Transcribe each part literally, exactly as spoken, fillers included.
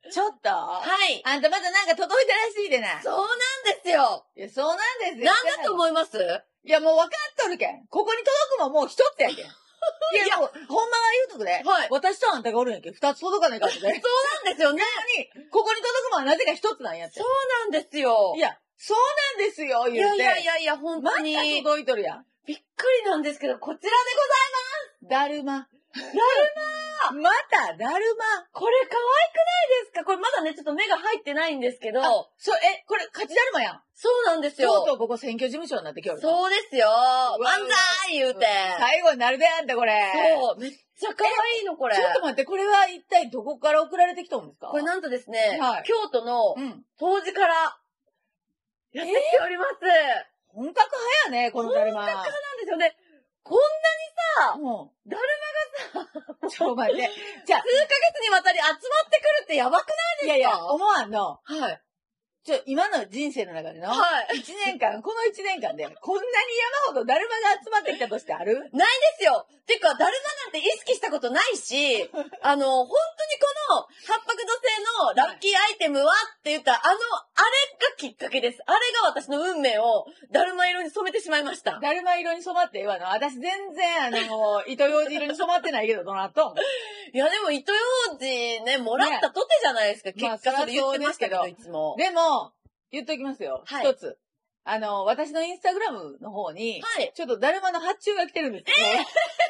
ちょっとはい。 あんたまだなんか届いたらしいでな。 そうなんですよ。 いや、そうなんですよ。 なんだと思います？ いや、もう分かっとるけん。ここに届くもんもう一つやけん。いや、いやもう、ほんまは言うとくで。 はい。 私とあんたがおるんやけん。二つ届かないかってね。 そうなんですよね。 なのに、ここに届くもんはなぜか一つなんやって。 そうなんですよ。 いや、そうなんですよ、言うて。 いやいやいやいや、ほんとに。 また届いとるやん。 びっくりなんですけど、こちらでございます。 だるま。 だるままた、だるま。 これ可愛くないですか？これまだね、ちょっと目が入ってないんですけど。 そう、え、これ、勝ちだるまやん。 そうなんですよ。 とうとうここ選挙事務所になってきょる。 そうですよ。万歳言うて。 最後になるであんた、これ。 そう、めっちゃ可愛いの、これ。 ちょっと待って、これは一体どこから送られてきたんですか？ これなんとですね、 はい、 京都の当時からやってきております。 えー、本格派やね、このだるま。 本格派なんですよね。こんなにさ、 もうだるまがさ、 ちょ、待って。じゃあ、 数ヶ月にわたり集まってくるってやばくないですか？ いやいや、思わんの。 はい。 ちょ、今の人生の中での、 はい。 一年間、この一年間で、こんなに山ほどだるまが集まってきたとしてある？ ないですよ。てか、だるまなんて意識したことないし、あの、本当にこの、八白土星のラッキーアイテムはって言ったら、あの、あれがきっかけです。あれが私の運命を、だるま色に染めてしまいました。 だるま色に染まって言わの。私全然、あの、糸ようじ色に染まってないけど、どなと。 いや、でも、糸ようじね、もらったとてじゃないですか。 ね、 結果、それ言ってましたけど、いつも。 でも、言っときますよ。一、はい、つ。あの、私のインスタグラムの方に、はい、ちょっとだるまの発注が来てるんですけど。えー、ほんま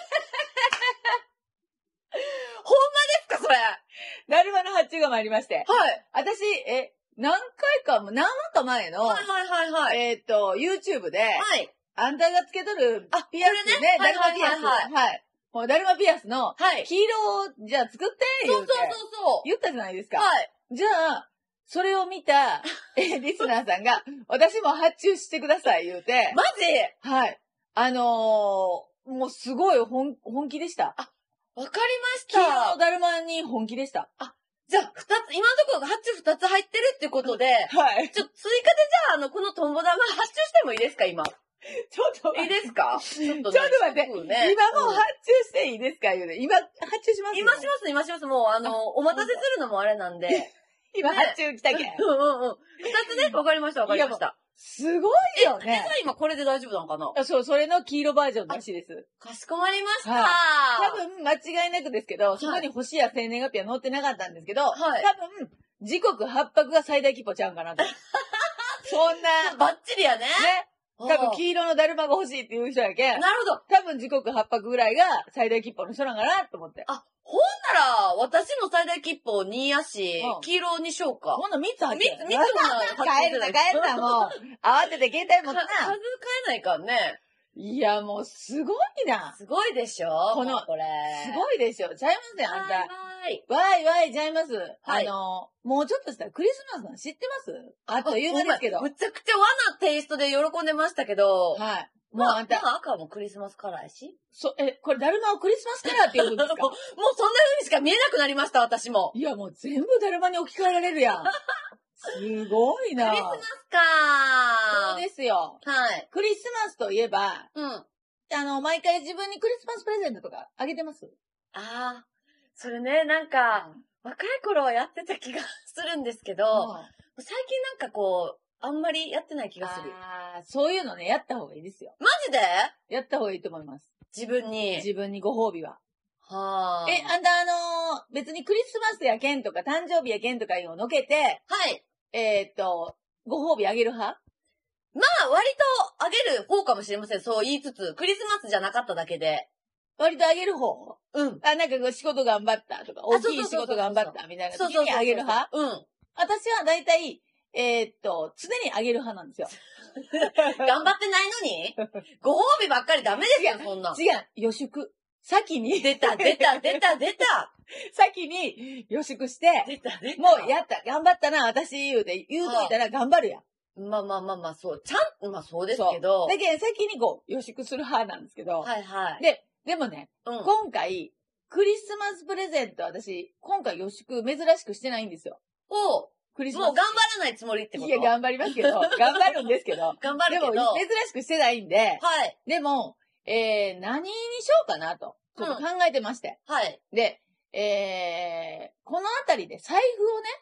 ですか、それ。 だるまの発注が参りまして。 はい。 私、え、何回か、何話か前の、 はいはいはいはい。 えっと、YouTube で、はい。あんたがつけとるピアスね、 ねだるまピアス。はい。はい。もうだるまピアスの、はい。黄色を、じゃあ作って、言うて。 そうそうそうそう。 言ったじゃないですか。 はい。 じゃあ、それを見た、え、リスナーさんが、私も発注してください、言うて。 マジ？ はい。あのー、もうすごい本、本気でした。 あ、わかりました。 黄色のだるまに本気でした。 あ、じゃあ、二つ、今のところ発注二つ入ってるってことで、 はい。 ちょ、追加でじゃあ、あの、このトンボ玉発注してもいいですか、今。ちょっといいですか？ちょっと、 ね、ちょっと待って。ね、今もう発注していいですか言うて。今、発注します今します、今します。もう、あの、お待たせするのもあれなんで。 今、発注来たけん。 うんうんうん。二つね、わかりました、わかりました。 すごいよね。 え、今これで大丈夫なのかな？ そう、それの黄色バージョンらしいです。 かしこまりました。 はい、多分、間違いなくですけど、はい、そこに星や生年月日は載ってなかったんですけど、はい、多分、時刻八拍が最大規模ちゃうんかなと。そんな。 バッチリやね。ね。 多分、黄色のだるまが欲しいっていう人やけん。 なるほど。 多分、時刻八拍ぐらいが最大規模の人なんかなと思って。 あ、ほんなら、私の最大切符にやし、うん、黄色にしようか。 ほんならみっつ入ってる。みっつな。帰るな、帰るな、もう。慌てて携帯持ってな。 数変えないかんね。 いや、もう、すごいな。 すごいでしょこの、これ。 すごいでしょ。ちゃいますね、あんた。 わーい。 わーいわーい、ちゃいます。はい。あの、もうちょっとしたらクリスマスの知ってますあという間ですけど。 むちゃくちゃ和なテイストで喜んでましたけど。 はい。 もうあんた。まあ、赤もクリスマスカラーやし。 そ、え、これ、だるまをクリスマスカラーって言うんですか？ もうそんな風にしか見えなくなりました、私も。 いや、もう全部だるまに置き換えられるやん。すごいな。 クリスマスかそうですよ。 はい。 クリスマスといえば、 うん。 あの、毎回自分にクリスマスプレゼントとかあげてます？ ああ、それね、なんか、うん、若い頃はやってた気がするんですけど、うん、最近なんかこう、あんまりやってない気がする。 ああ、そういうのね、やった方がいいですよ。 マジで？ やった方がいいと思います。 自分に。 自分にご褒美は。 はあ。 え、あんたあのー、別にクリスマスやけんとか誕生日やけんとかいうのをのけて、 はい。 えー、っと、ご褒美あげる派？ まあ、割とあげる方かもしれません。そう言いつつ、クリスマスじゃなかっただけで。 割とあげる方？ うん。 あ、なんかこう仕事頑張ったとか、大きい仕事頑張ったみたいな時にあげる派？ うん。 私は大体、えー、っと、常にあげる派なんですよ。 頑張ってないのにご褒美ばっかりダメですよ、そんな。 違う、予祝。先に。 出た、出た、出た、出た。 先に予祝して、 出た、出た。 もうやった、頑張ったな、私言うて、言うといたら頑張るやん。 まあまあまあまあ、そう。ちゃん、まあそうですけど。 だけど先にこう、予祝する派なんですけど。 はいはい。 で、でもね、 うん、 今回、クリスマスプレゼント私、今回予祝珍しくしてないんですよ。 おう。 クリスマス。 もう頑張らないつもりってこと？ いや、頑張りますけど、頑張るんですけど。 頑張るけど。 でも、珍しくしてないんで。 はい。 でも、えー、何にしようかなと、ちょっと考えてまして。 うん、はい。 で、えー、このあたりで財布をね、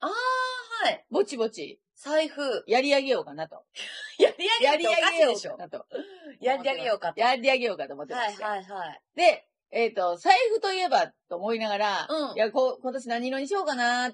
あー、はい。 ぼちぼち。 財布。 やり上げようかなと。 やり上げようかでしょ。 なと。 やり上げようかと。 やり上げようかと思ってました。 はいはいはい。 で、えっ、ー、と、財布といえばと思いながら、 うん。 いや、こ今年何色にしようかなって。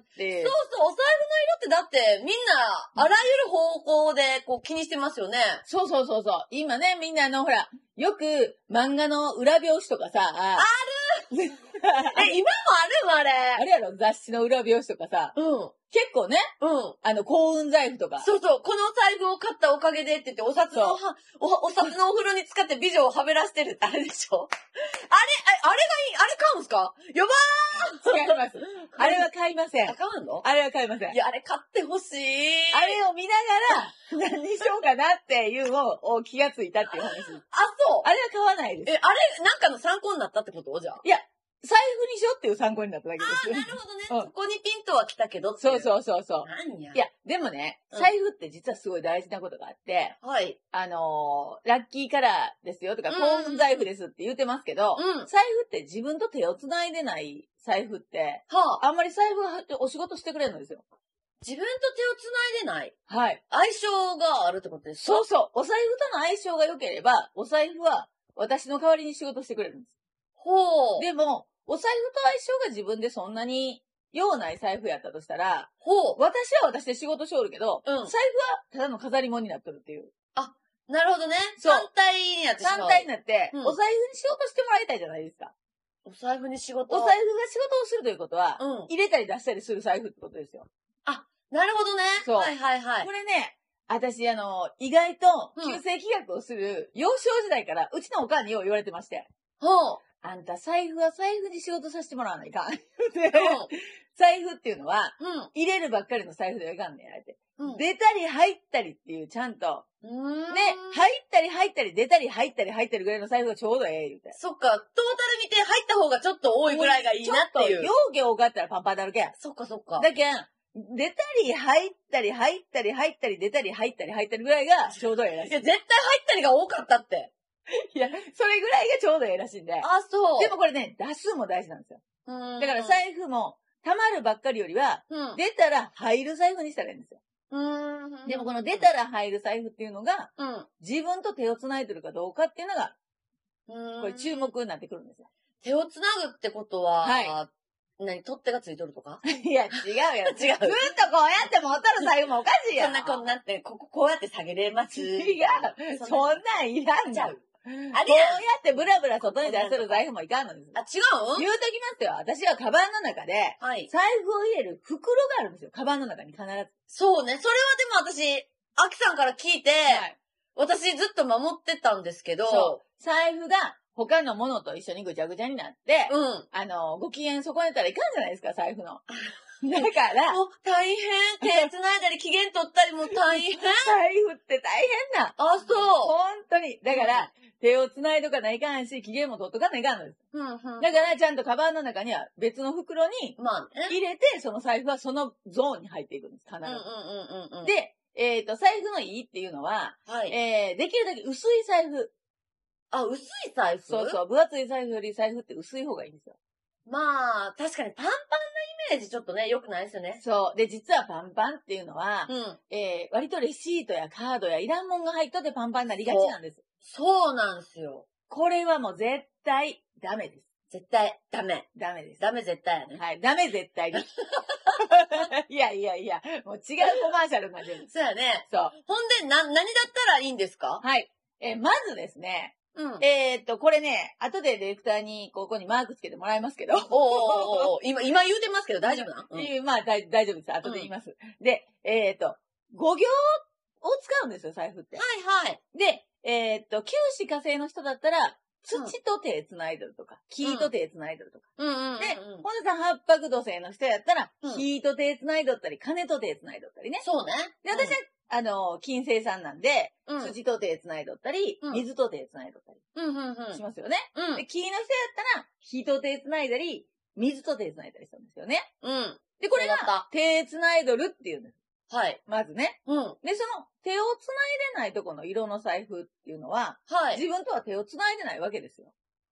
そうそう、お財布の色ってだってみんな、あらゆる方向でこう気にしてますよね。 そうそうそうそう。今ね、みんなあの、ほら、よく漫画の裏表紙とかさ、あるえ、今もあるあれ。 あれやろ、雑誌の裏表紙とかさ、 うん。 結構ね、 うん。 あの、幸運財布とか。 そうそう、この財布を買ったおかげでって言って、お札のは、お、お札のお風呂に使って美女をはべらしてるってあれでしょあれ、ああれがいい、あれ買うんすかやばー違います。あれは買いません。 あ、買わんのあれは買いません。 いや、あれ買ってほしい。 あれを見ながら、何にしようかなっていうのを気がついたっていう話。あ、 そう。 あれは買わないです。 え、あれ、なんかの参考になったってことじゃあ。 いや、財布にしようっていう参考になっただけです。 ああ、なるほどね。うん、そこにピントは来たけどっていう。 そうそうそうそう。 何や。 いや、でもね、財布って実はすごい大事なことがあって、 うん、はい。 あのー、ラッキーカラーですよとか、幸運財布ですって言ってますけど、うん、財布って自分と手を繋いでない財布って、はあ、あんまり財布がお仕事してくれるんですよ。 自分と手を繋いでない。 はい。 相性があるってことですか？ そうそう。お財布との相性が良ければ、お財布は私の代わりに仕事してくれるんです。 ほう。 でも、お財布と相性が自分でそんなに用ない財布やったとしたら、 ほう。 私は私で仕事しおるけど、うん、財布はただの飾り物になっとるっていう。 あ、なるほどね。そう。単体になってしまう。 単体になって、うん、お財布に仕事してもらいたいじゃないですか。 お財布に仕事お財布が仕事をするということは、うん、入れたり出したりする財布ってことですよ。 あ、なるほどね。そう。はいはいはい。 これね、私、あの、意外と、旧世企画をする、幼少時代から、うちのお母によう言われてまして。ほう。あんた、財布は財布に仕事させてもらわないかん。財布っていうのは、うん、入れるばっかりの財布ではいかんねん、あえて。うん、出たり入ったりっていう、ちゃんと。で、入ったり入ったり、出たり入ったり入ったりぐらいの財布がちょうどええ、言うて。 そっか、トータル見て入った方がちょっと多いぐらいがいいなっていう。 ちょっと、容器多かったらパンパンだるけん。 そっかそっか。 だけん、出たり入ったり入ったり入ったり出たり入ったり入ったりぐらいがちょうどええらしい。 いや、絶対入ったりが多かったって。 いや、それぐらいがちょうどええらしいんで。 あ、そう。 でもこれね、出すも大事なんですよ。だから財布も、溜まるばっかりよりは、うん、出たら入る財布にしたらいいんですよ。うんでもこの出たら入る財布っていうのが、うん、自分と手を繋いでるかどうかっていうのが、これ注目になってくるんですよ。 手を繋ぐってことは、はい。何、取っ手がついとるとかいや、違うよ。違う。ずっとこうやって持っとる財布もおかしいやん。 そんなこんなって、こここうやって下げれます。 違う。そんなんいらんじゃん。あれこうやってブラブラ外に出せる財布もいかんのです。 あ、違う言うときますよ。私はカバンの中で、はい、財布を入れる袋があるんですよ。カバンの中に必ず。 そうね。それはでも私、アキさんから聞いて、はい、私ずっと守ってたんですけど、 そう。財布が他のものと一緒にぐちゃぐちゃになって、うん。あの、ご機嫌損ねたらいかんじゃないですか、財布の。だから。 もう大変。手繋いだり機嫌取ったりも大変。 財布って大変な。 あ、そう。 本当に。だから、うん、手を繋いどかないかんし、機嫌も取っとかないかんのです。うんうん、だから、ちゃんとカバンの中には別の袋に入れて、その財布はそのゾーンに入っていくんです、必ず。うんうんうんうん、で、えっと、財布のいいっていうのは、はい、えー、できるだけ薄い財布。 あ、薄い財布？ そうそう。分厚い財布より財布って薄い方がいいんですよ。 まあ、確かにパンパンなイメージちょっとね、良くないですよね。 そう。で、実はパンパンっていうのは、うん、えー、割とレシートやカードやいらんもんが入っとってパンパンになりがちなんです。 そう、そうなんですよ。 これはもう絶対ダメです。 絶対ダメ。 ダメです。 ダメ絶対やね。 はい。ダメ絶対です。いやいやいや、もう違うコマーシャルが出る。 そうやね。 そう。 ほんで、な、何だったらいいんですか？ はい。えー、まずですね、うん、えー、っと、これね、後でディレクターにここにマークつけてもらいますけど。おーおーおー今、今言うてますけど大丈夫なの？ うん、まあ大、大丈夫です。後で言います。うん、で、えー、っと、語行を使うんですよ、財布って。 はいはい。 で、えー、っと、九死火星の人だったら、土と手繋いどるとか、木と手繋いどるとか。うんうんうんうん、で、本田さん八白土星の人やったら、うん、木と手繋いどったり、金と手繋いどったりね。 そうね。 で、私は、うん、あの、金星さんなんで、うん、土と手繋いどったり、うん、水と手繋いどったり。うんうんうん、しますよね。うん、で、木の人やったら、火と手繋いだり、水と手繋いだりするんですよね。うん。で、これが、手繋いどるっていうんです。はい。まずね。うん。で、その、手を繋いでないとこの色の財布っていうのは、はい。自分とは手を繋いでないわけですよ。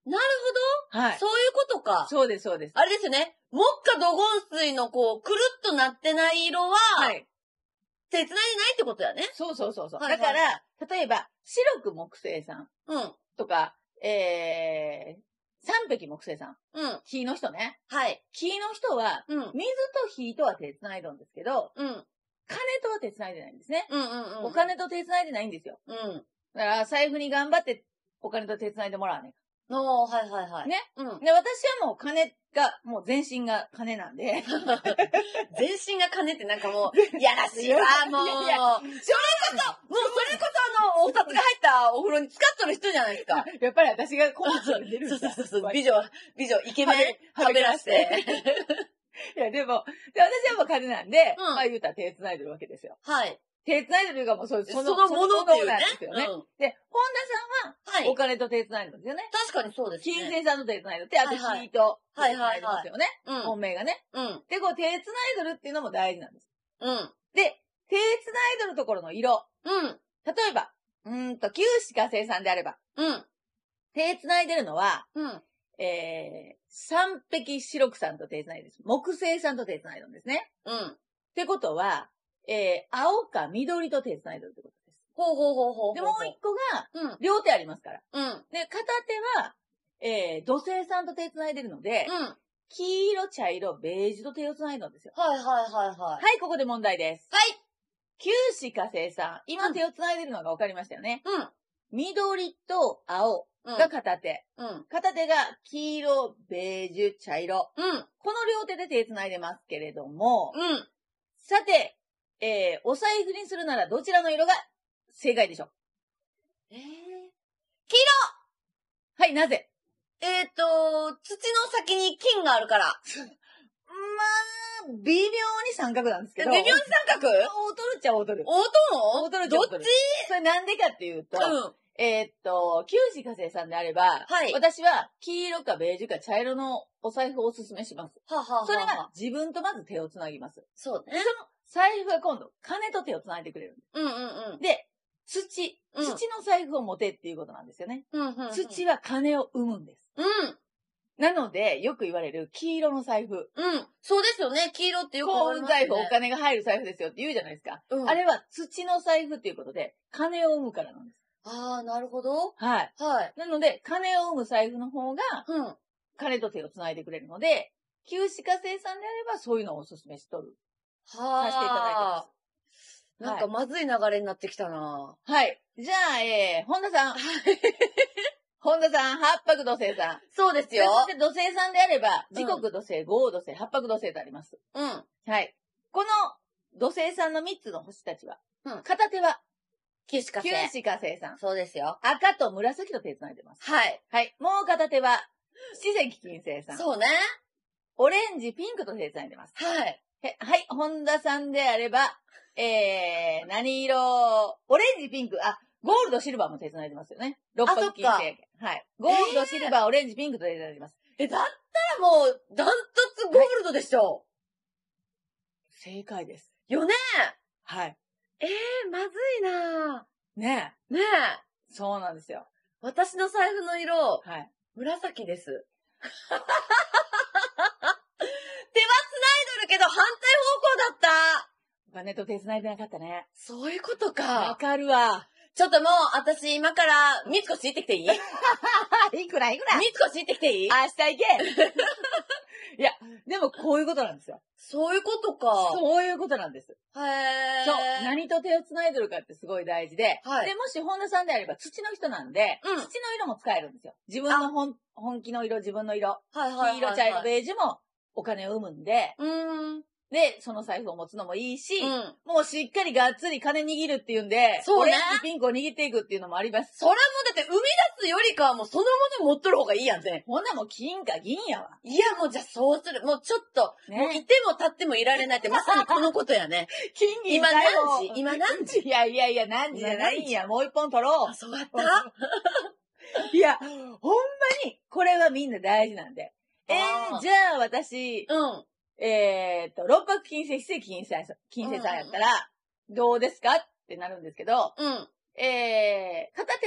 なるほど。 はい。 そういうことか。 そうです、そうです。 あれですよね。木下土金水のこう、くるっとなってない色は、はい。手繋いでないってことだね。 そうそうそうそう。はいはいはい、だから、例えば、白く木星さん。うん。とか、えー、三匹木星さん。うん。火の人ね。はい。火の人は、うん。水と火とは手繋いどんですけど、うん。金とは手繋いでないんですね。うんうんうん。お金と手繋いでないんですよ。うん。だから、財布に頑張って、お金と手繋いでもらわね。 おー、はいはいはい。 ね。うん。で、私はもう金が、もう全身が金なんで。 全身が金ってなんかもう、やらしいわ、もう。いやいや、それこそ、もうそれこそあの、お札が入ったお風呂に使っとる人じゃないですか。 やっぱり私がこう出るんだ。 そうそうそう、美女、美女、イケメン、食べらして。 いや、でも、で私はもう金なんで、うん、まあ言うたら手繋いでるわけですよ。はい。手繋いでるがもうそうです。 その、そのものっていうね。 なんですよね。うん、で、本田さんは、お金と手繋いでるんですよね。 確かにそうですね。 金星さんと手繋いでて、あと火と手繋いでますよね。本命がね。うん。で、こう手繋いでるっていうのも大事なんです。うん。で、手繋いでるところの色。うん。例えば、うんと、九死火星さんであれば。うん。手繋いでるのは、うん。えー、三匹白くさんと手繋いでるんです。木星さんと手繋いでるんですね。うん。ってことは、えー、青か緑と手繋いでるってことです。ほうほうほうほう。で、もう一個が、うん。両手ありますから。うん。で、片手は、えー、土星さんと手繋いでるので、うん。黄色、茶色、ベージュと手を繋いでるんですよ。はいはいはいはい。はい、ここで問題です。はい。九死火星さん。今手を繋いでるのが分かりましたよね。うん。緑と青が片手。うん。片手が黄色、ベージュ、茶色。うん。この両手で手繋いでますけれども。うん。さて、えー、お財布にするならどちらの色が正解でしょう？えー、黄色！はい、なぜ？ えっと、土の先に金があるから。まあ、 微妙に三角なんですけど。 微妙に三角？ 大取るっちゃ大取る。 大取るの？ 大取るっちゃ大取る。どっち？それなんでかっていうと、うん。えー、っと、九死火星さんであれば、はい。私は黄色かベージュか茶色のお財布をおすすめします。ははははそれは自分とまず手をつなぎます。そうね。その財布は今度、金と手をつないでくれる。うんうんうん。で、土、土の財布を持てっていうことなんですよね。うんうんうん、土は金を生むんです。うん。なので、よく言われる黄色の財布。うん。 そうですよね。黄色ってよく言われますね。 幸運財布、お金が入る財布ですよって言うじゃないですか。うん。あれは土の財布っていうことで、金を生むからなんです。 ああ、なるほど。 はい。はい。なので、金を生む財布の方が、うん。金と手をつないでくれるので、九死火星さんであれば、そういうのをお勧めしとる。はあ。させていただいてます。 なんかまずい流れになってきたな。 はい。じゃあ、えー、本田さん。本田さん、八白土星さん。 そうですよ。 そして土星さんであれば、時刻土星、豪土星、八白土星とあります。うん。はい。この土星さんの三つの星たちは、うん。片手は、 九死火星。 九死火星さん。 そうですよ。 赤と紫と手繋いでます。はい。はい。もう片手は、七石金星さん。 そうね。 オレンジ、ピンクと手繋いでます。はい。はい。本田さんであれば、えー、何色、オレンジ、ピンク、あ、ゴールド、シルバーも手繋いでますよね。六白金星。はい。ゴールド、シルバー、オレンジ、ピンクと手繋いでます。 え、だったらもう、ダントツゴールドでしょ。はい、 正解です。 よねはい。 えー、まずいなぁ。ねえ。ねえ。 そうなんですよ。 私の財布の色、はい。紫です。手は繋いどるけど反対方向だった。 お金と手繋いでなかったね。 そういうことか。 わかるわ。 ちょっともう、私今から、三つこ行ってきていいいくらいくら三つこ行ってきていい明日行けいや、でもこういうことなんですよ。 そういうことか。 そういうことなんです。 へー。 そう。何と手を繋いでるかってすごい大事で。はい。で、もし本田さんであれば土の人なんで、うん、土の色も使えるんですよ。自分の本、本気の色、自分の色。はいはいはい、はい。黄色、茶色、ベージュもお金を生むんで。うーん。で、その財布を持つのもいいし、うん、もうしっかりがっつり金握るっていうんで、そうね。オレンジピンクを握っていくっていうのもあります。 それもだって生み出すよりかはもうそのもの持っとる方がいいやんぜ。 ほんなもう金か銀やわ。 いやもうじゃあそうする。もうちょっと、ね、もういても立ってもいられないってまさにこのことやね。 金銀今何時今何時いやいやいや何時じゃないんや。もう一本取ろう。 あ、そうだったいや、ほんまにこれはみんな大事なんで。えー、じゃあ私、うん。えーっと、六白金星、七石金星、金星さんやったら、どうですかってなるんですけど、うん。えー、片手は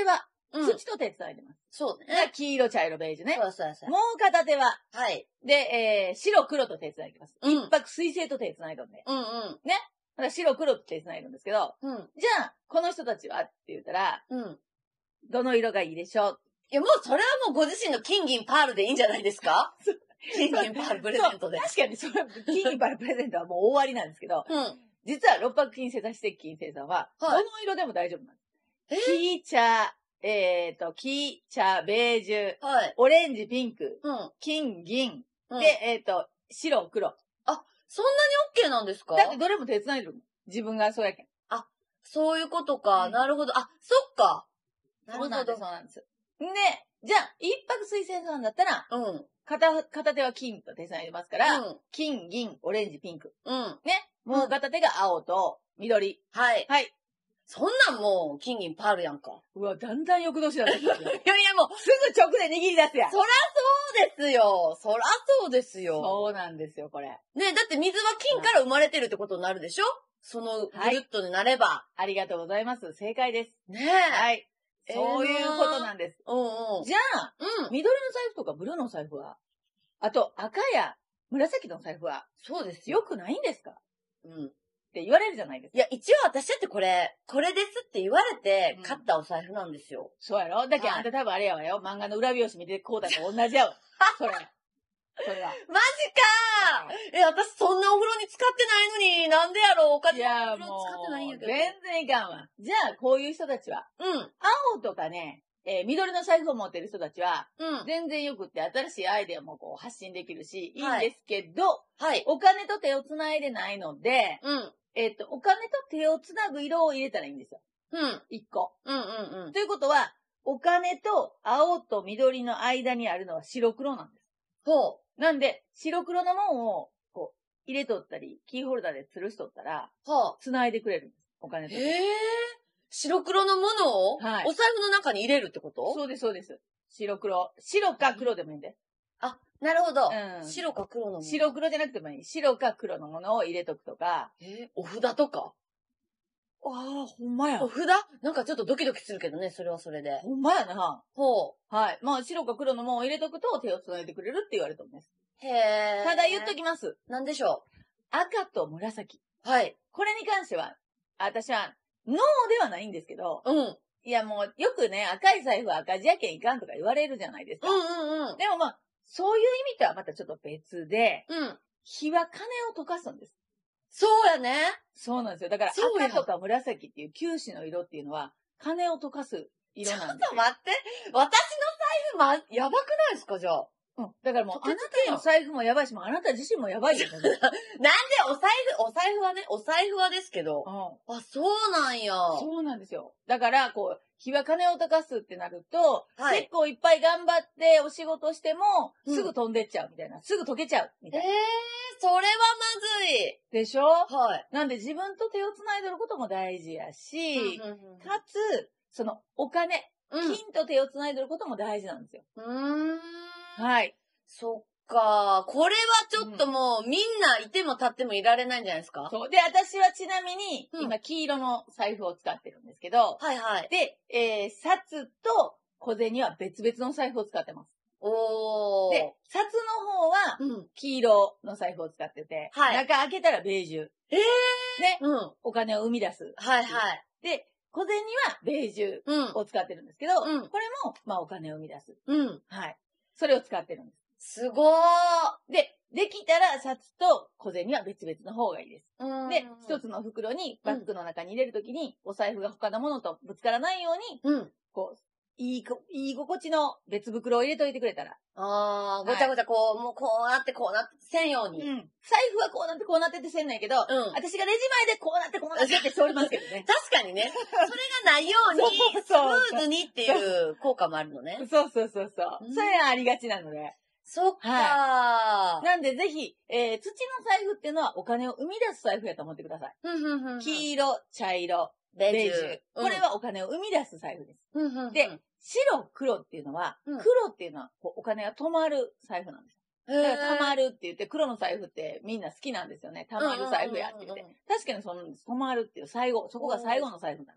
うん、土と手繋いでます。 そうね。 黄色、茶色、ベージュね。 そうそうそう。 もう片手は、 はい。 で、えー、白、黒と手繋いでます。うん、一泊水星と手繋いどんで。 うんうん。 ね。だから白、黒と手繋いどんですけど、うん、じゃあ、この人たちはって言ったら、うん、どの色がいいでしょう？ いや、もうそれはもうご自身の金銀パールでいいんじゃないですか？金銀パールプレゼントで。 確かにそれ、金銀パールプレゼントはもう終わりなんですけど、うん、実は六白金星座四石金星座は、はい、どの色でも大丈夫なんです。黄茶、えっ、ー、と、黄茶、ベージュ、はい、オレンジ、ピンク、うん、金、銀、うん、で、えっ、ー、と、白、黒。 あ、そんなに OK なんですか？ だってどれも手繋いでるもん。自分がそうやけん。 あ、そういうことか。うん、なるほど。あ、そっか。 なるほど。そうなんです。で、じゃあ、一泊水星さんだったら、うん。片、片手は金と手繋いでますから、うん、金、銀、オレンジ、ピンク。うん。ね。もう片手が青と緑。 はい。 はい。 そんなんもう、金銀パールやんか。 うわ、だんだん欲年だった。いやいやもう、 すぐ直で握り出すやん。 そらそうですよ。そらそうですよ。 そうなんですよ、これ。 ね、だって水は金から生まれてるってことになるでしょ？その、ぐるっとになれば、はい。 ありがとうございます。正解です。 ねえ。 はい。そういうことなんです。 うんうん。 じゃあ、うん、緑の財布とかブルーの財布は、あと赤や紫の財布は、 そうですよ。 良くないんですか？ うん。 って言われるじゃないですか。 いや、一応私だってこれ、これですって言われて、買ったお財布なんですよ。 うん、そうやろ？だけど、はい、あんた多分あれやわよ。漫画の裏表紙見てこうだと同じやわ。それ。それは。 マジかー、え、私そんなお風呂に使ってないのに、なんでやろう？お金いや、もう、使ってないんやけど。全然いかんわ。じゃあ、こういう人たちは、うん。青とかね、えー、緑の財布を持ってる人たちは、うん、全然よくって新しいアイデアもこう発信できるし、いいんですけど、はい。お金と手を繋いでないので、うん。えっと、お金と手を繋ぐ色を入れたらいいんですよ。うん。一個。うんうんうん。ということは、お金と青と緑の間にあるのは白黒なんです。ほう。なんで、白黒のもんを、こう、入れとったり、キーホルダーで吊るしとったら、はあ。繋いでくれるんです。お金と手。 へー。白黒のものを、はい、お財布の中に入れるってこと？ そうです、そうです。白黒。白か黒でもいいんで。 あ、なるほど。うん、白か黒のもの。 白黒じゃなくてもいい。白か黒のものを入れとくとか。 えー、お札とか？ ああ、ほんまや。 お札？なんかちょっとドキドキするけどね、それはそれで。 ほんまやな。 ほう。はい。まあ、白か黒のものを入れとくと手を繋いでくれるって言われてるんです。 へー。 ただ言っときます。 なんでしょう。 赤と紫。 はい。 これに関しては、私は、ノーではないんですけど、うん。いやもう、よくね、赤い財布は赤字やけんいかんとか言われるじゃないですか。うんうんうん。でもまあ、そういう意味とはまたちょっと別で、うん。火は金を溶かすんです。 そうやね。 そうなんですよ。だから赤とか紫っていう九死の色っていうのは、金を溶かす色なんですよ。 ちょっと待って。私の財布ま、やばくないですか、じゃあ。 うん。だからもう、あなたの財布もやばいし、もうあなた自身もやばいよ。なんでお財布、お財布はね、お財布はですけど。うん。あ、そうなんや。 そうなんですよ。だから、こう、火は金を溶かすってなると、はい、結構いっぱい頑張ってお仕事しても、すぐ飛んでっちゃうみたいな。うん、すぐ溶けちゃうみたいな。 ええー、それはまずい。 でしょ？はい。なんで自分と手を繋いでることも大事やし、うんうんうん、かつ、その、お金、金と手を繋いでることも大事なんですよ。うーん。はい。 そっか。これはちょっともう、うん、みんないても立ってもいられないんじゃないですか？ そう。で、私はちなみに、うん、今黄色の財布を使ってるんですけど、 はいはい。 で、えー、札と小銭は別々の財布を使ってます。おー。で、札の方は、黄色の財布を使ってて、はい。中開けたらベージュ。えー。で、うん。お金を生み出す。 はいはい。 で、小銭はベージュを使ってるんですけど、うん、これも、まあお金を生み出す。うん。はい。それを使ってるんです。 すごー。 で、できたら札と小銭は別々の方がいいです。で、一つの袋にバッグの中に入れるときに、お財布が他のものとぶつからないように、うん、こう、いいこ、いい心地の別袋を入れといてくれたら。 あー、ごちゃごちゃこう、はい、もうこうなってこうなってせんように。うん。 財布はこうなってこうなってってせんないけど、うん、私がレジ前でこうなってこうなってってしておりますけどね。 確かにね。それがないように、スムーズにっていう効果もあるのね。 そうそうそうそう。うん、それはありがちなので。 そっかー、 はい。なんでぜひ、えー、土の財布っていうのはお金を生み出す財布やと思ってください。黄色、茶色、ベージュ。これはお金を生み出す財布です。で、白、黒っていうのは、うん、黒っていうのはこうお金が止まる財布なんです。だから溜まるって言って、黒の財布ってみんな好きなんですよね。溜まる財布やって言って。確かにその止まるっていう最後、そこが最後の財布になるんで。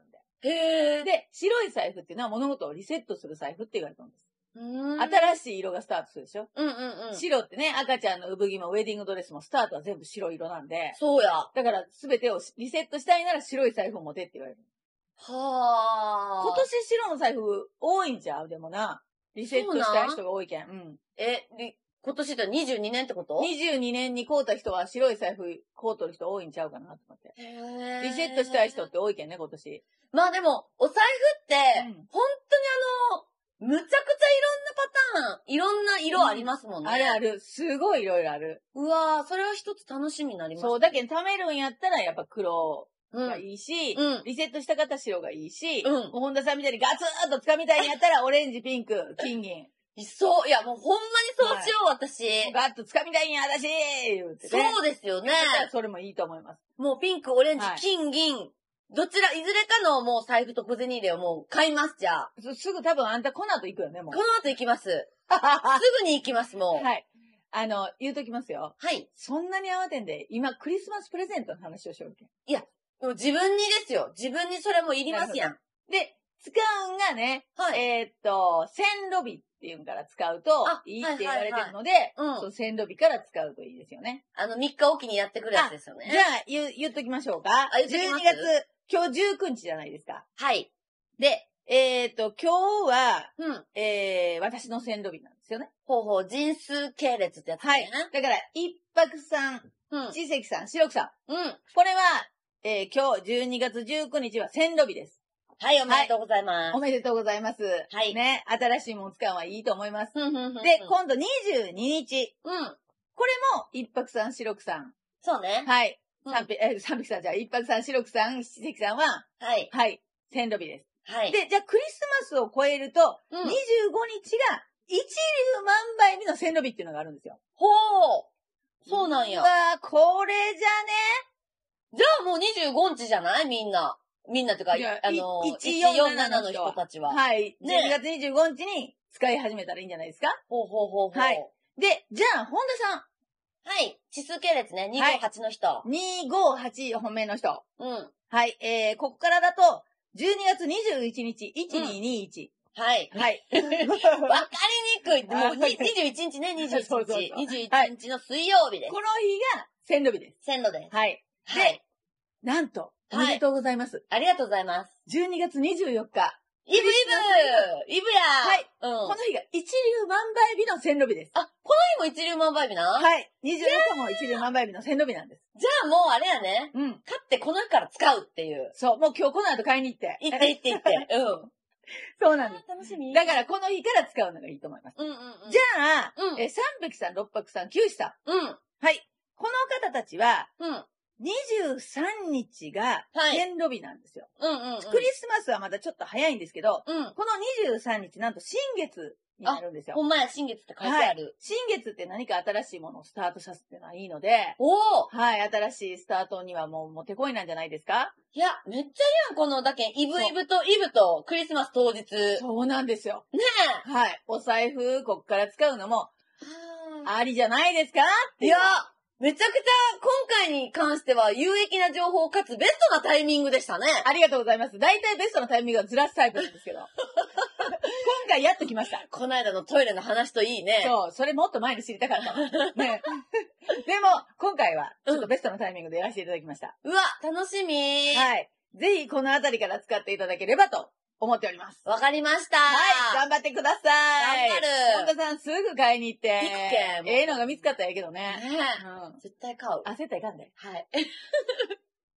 へー。 で、白い財布っていうのは物事をリセットする財布って言われてるんです。 うーん。 新しい色がスタートするでしょ。 うんうんうん。 白ってね、赤ちゃんの産着もウェディングドレスもスタートは全部白色なんで。 そうや。 だから全てをリセットしたいなら白い財布を持てって言われる。 はー。 今年白の財布多いんちゃうでもな。リセットしたい人が多いけん。うん。 え、り今年ってにじゅうにねんってこと ? にじゅうに 年に買うた人は白い財布買うとる人多いんちゃうかなと思って。 へー。 リセットしたい人って多いけんね、今年。 まあでも、お財布って、うん、本当にあの、むちゃくちゃいろんなパターン、いろんな色ありますもんね。 うん、あるある。すごいいろいろある。 うわー、それは一つ楽しみになります、ね。 そう、だけど貯めるんやったらやっぱ黒がいいし、うん、リセットした方白がいいし、うん、もう本田さんみたいにガツーッと掴みたいんやったらオレンジ、ピンク、金銀。 そう、いやもうほんまにそうしよう、はい、私。 ガッと掴みたいんや、私言うてね。 そうですよね。 それもいいと思います。 もうピンク、オレンジ、はい、金、銀、どちら、いずれかのもう財布と小銭入れをもう買います、じゃあ。 すぐ多分あんたこの後行くよね、もう。 この後行きます。すぐに行きます、もう。 はい。あの、言うときますよ。 はい。 そんなに慌てんで、今クリスマスプレゼントの話をしようけん。 いや、もう自分にですよ。自分にそれもいりますやん。 で、使うんがね、はい、えー、っと、線路日っていうんから使うといいって言われてるので、その線路日から使うといいですよね。 あの、みっかおきにやってくるやつですよね。 じゃあ、言、言っときましょうか。 あ、言っときます。 じゅうにがつ、今日じゅうくにちじゃないですか。 はい。 で、えー、っと、今日は、うん、えー、私の線路日なんですよね。 ほうほう、人数系列ってやつね。 はい。だから、一泊さん、うん、知石さん、白くさん。うん。これは、えー、今日じゅうにがつじゅうくにちは線路日です。 はい、おめでとうございます。はい、 おめでとうございます。はい。ね、新しいもん使うのはいいと思います。で、今度にじゅうににち。うん。これも、一泊さん、白くさん。 そうね。 はい。三匹、え、三匹さんじゃあ、一泊さん、白くさん、七石さんは、はい。はい。線路日です。はい。で、じゃあ、クリスマスを超えると、うん、にじゅうごにちが、一粒万倍日の線路日っていうのがあるんですよ。 ほう。そうなんや。 うわ、これじゃね。 じゃあもうにじゅうごにちじゃないみんな。みんなとか、あの、いちよんななの人たちは。 はい。ね、じゅうにがつにじゅうごにちに使い始めたらいいんじゃないですか。 ほうほうほうほう。 はい。で、じゃあ、本田さん。 はい。指数系列ね。にごはちの人。はい、 にごはち本命の人。うん。はい。えー、ここからだと、じゅうにがつにじゅういちにち、いちににいち。 うん、はい。はい。わかりにくい。もうにじゅういちにちね、にじゅういちにち。そうそうそうにじゅういちにちの水曜日です。 この日が線路日です。 線路です。 はい。で、はい、なんと、おめでとうございます、はい。 ありがとうございます。 じゅうにがつにじゅうよっか。 イブイブイブやはい。うん。この日が一粒万倍日の線路日です。 あ、この日も一粒万倍日なはい。にじゅうよっかも一粒万倍日の線路日なんです。 じゃあもうあれやね。うん。買ってこの日から使うっていう。 そう。もう今日この後買いに行って。 行って行って行って。うん。 そうなんです。 楽しみ。 だからこの日から使うのがいいと思います。うんうんうん。じゃあ、うん、え、三匹さん、六泊さん、九死さん。うん。はい。この方たちは、うん。にじゅうさんにちが線路日なんですよ。はい、うんうん、うん。クリスマスはまだちょっと早いんですけど、うん、このにじゅうさんにちなんと新月になるんですよ。 ほんまや、新月って書いてある。はい、 新月って何か新しいものをスタートさせてないいので、おはい、新しいスタートにはもうもってこいなんじゃないですか？ いや、めっちゃいいやん、この、だけイブイブとイブとクリスマス当日。 そうなんですよ。 ねえ。はい。お財布、こっから使うのも、ありじゃないですかっていう。 いやめちゃくちゃ今回に関しては有益な情報かつベストなタイミングでしたね。 ありがとうございます。大体ベストなタイミングはずらすタイプなんですけど。今回やっときました。 この間のトイレの話といいね。 そう、それもっと前に知りたかった。ね。でも、今回はちょっとベストなタイミングでやらせていただきました。 うん、うわ、楽しみ。 はい。ぜひこのあたりから使っていただければと思っております。 わかりました。 はい。頑張ってください。 頑張る。 本田さんすぐ買いに行って。 行くけん。 ええのが見つかったらええけどね。 ねえ。うん。絶対買う。 焦ったらいかんで。 はい。